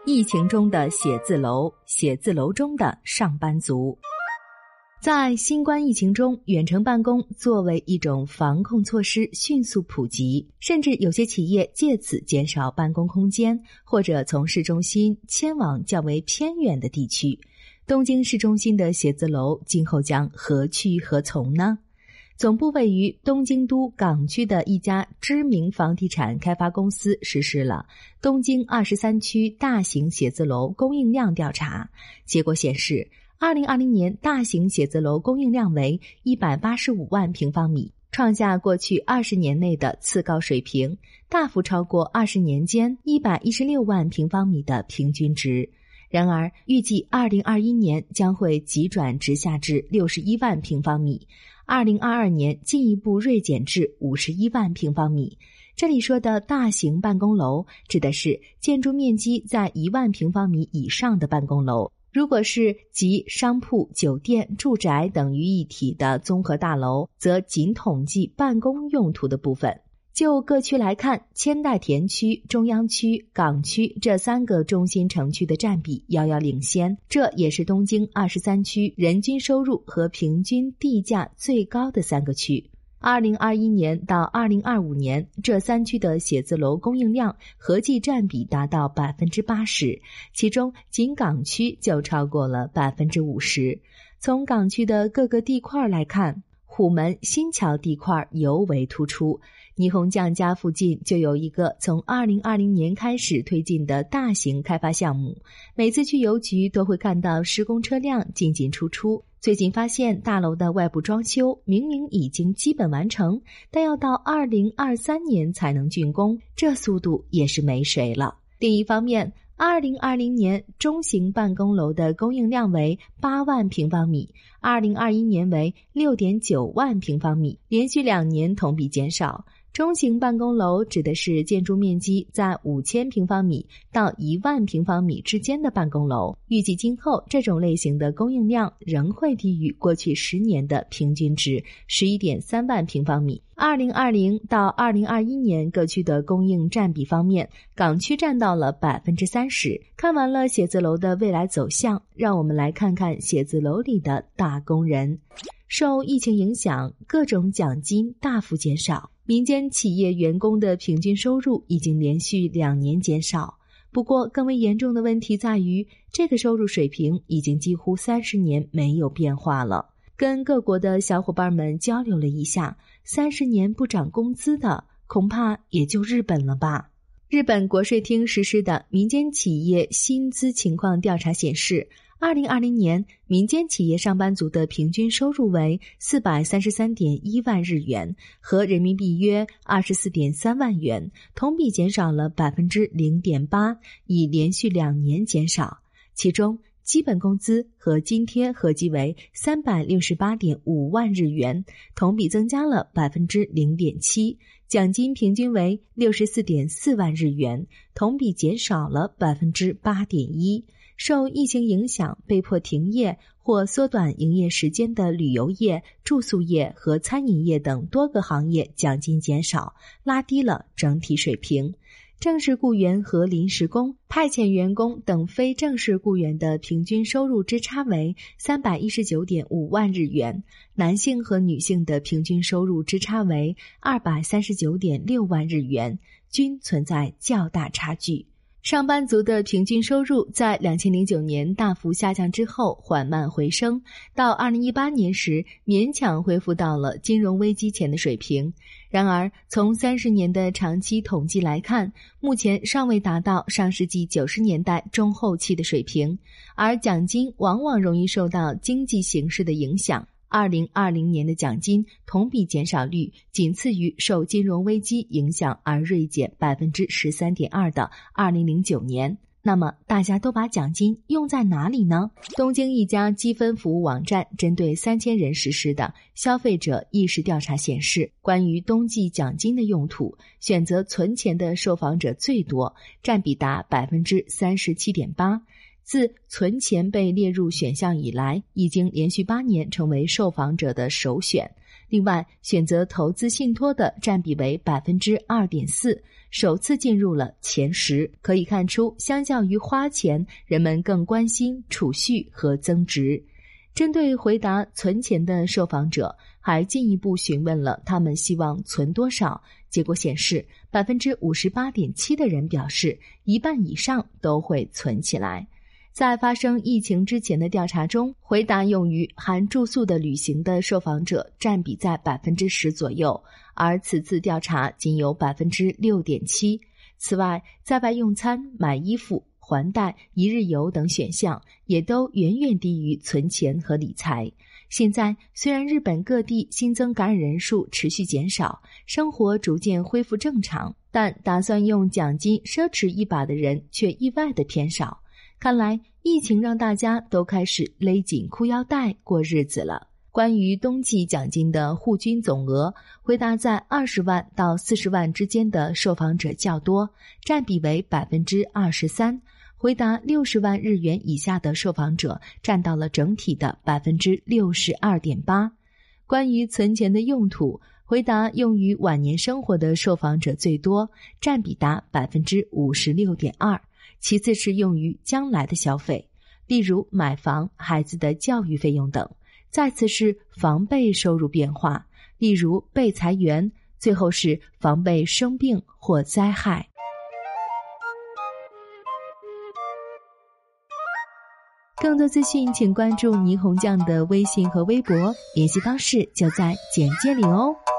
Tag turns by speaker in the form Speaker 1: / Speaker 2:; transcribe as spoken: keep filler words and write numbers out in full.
Speaker 1: 疫情中的写字楼，写字楼中的上班族。在新冠疫情中，远程办公作为一种防控措施迅速普及，甚至有些企业借此减少办公空间，或者从市中心迁往较为偏远的地区。东京市中心的写字楼今后将何去何从呢？总部位于东京都港区的一家知名房地产开发公司实施了东京二十三区大型写字楼供应量调查，结果显示二零二零年大型写字楼供应量为一百八十五万平方米，创下过去二十年内的次高水平，大幅超过二十年间一百一十六万平方米的平均值。然而预计二零二一年将会急转直下至六十一万平方米，二零二二年进一步锐减至五十一万平方米。这里说的大型办公楼指的是建筑面积在一万平方米以上的办公楼，如果是集商铺、酒店、住宅等于一体的综合大楼，则仅统计办公用途的部分。就各区来看，千代田区、中央区、港区这三个中心城区的占比遥遥领先，这也是东京二十三区人均收入和平均地价最高的三个区。二零二一年到二零二五年，这三区的写字楼供应量合计占比达到 百分之八十， 其中仅港区就超过了 百分之五十。 从港区的各个地块来看，虎门、新桥地块尤为突出。霓虹匠家附近就有一个从二零二零年开始推进的大型开发项目，每次去邮局都会看到施工车辆进进出出。最近发现大楼的外部装修明明已经基本完成，但要到二零二三年才能竣工，这速度也是没谁了。另一方面，二零二零年中型办公楼的供应量为八万平方米，二零二一年为 六点九万平方米，连续两年同比减少。中型办公楼指的是建筑面积在五千平方米到一万平方米之间的办公楼，预计今后这种类型的供应量仍会低于过去十年的平均值 十一点三万平方米。二零二零到二零二一年各区的供应占比方面，港区占到了 百分之三十。 看完了写字楼的未来走向，让我们来看看写字楼里的打工人。受疫情影响，各种奖金大幅减少，民间企业员工的平均收入已经连续两年减少。不过更为严重的问题在于，这个收入水平已经几乎三十年没有变化了。跟各国的小伙伴们交流了一下，三十年不涨工资的恐怕也就日本了吧。日本国税厅实施的民间企业薪资情况调查显示，二零二零年民间企业上班族的平均收入为 四百三十三点一万日元，合人民币约 二十四点三万元，同比减少了 百分之零点八， 已连续两年减少。其中基本工资和津贴合计为 三百六十八点五万日元，同比增加了 百分之零点七， 奖金平均为 六十四点四万日元，同比减少了 百分之八点一。受疫情影响被迫停业或缩短营业时间的旅游业、住宿业和餐饮业等多个行业奖金减少，拉低了整体水平。正式雇员和临时工、派遣员工等非正式雇员的平均收入之差为 三百一十九点五万日元，男性和女性的平均收入之差为 二百三十九点六万日元，均存在较大差距。上班族的平均收入在两千零九年大幅下降之后缓慢回升，到二零一八年时勉强恢复到了金融危机前的水平。然而从三十年的长期统计来看，目前尚未达到上世纪九十年代中后期的水平，而奖金往往容易受到经济形势的影响。二零二零年的奖金同比减少率仅次于受金融危机影响而锐减 百分之十三点二 的二零零九年。那么大家都把奖金用在哪里呢？东京一家积分服务网站针对三千人实施的消费者意识调查显示，关于冬季奖金的用途，选择存钱的受访者最多，占比达 百分之三十七点八。自存钱被列入选项以来，已经连续八年成为受访者的首选。 另外，选择投资信托的占比为 百分之二点四， 首次进入了前十。可以看出，相较于花钱，人们更关心储蓄和增值。针对回答存钱的受访者，还进一步询问了他们希望存多少。结果显示 百分之五十八点七 的人表示一半以上都会存起来。在发生疫情之前的调查中，回答用于含住宿的旅行的受访者占比在 百分之十 左右，而此次调查仅有 百分之六点七。 此外，在外用餐、买衣服、还贷、一日游等选项也都远远低于存钱和理财。现在虽然日本各地新增感染人数持续减少，生活逐渐恢复正常，但打算用奖金奢侈一把的人却意外的偏少。看来疫情让大家都开始勒紧裤腰带过日子了。关于冬季奖金的户均总额，回答在二十万到四十万之间的受访者较多，占比为 百分之二十三。回答六十万日元以下的受访者占到了整体的 百分之六十二点八。 关于存钱的用途，回答用于晚年生活的受访者最多，占比达 百分之五十六点二。 其次是用于将来的消费，例如买房、孩子的教育费用等。再次是防备收入变化，例如被裁员。最后是防备生病或灾害。更多资讯请关注霓虹酱的微信和微博，联系方式就在简介里哦。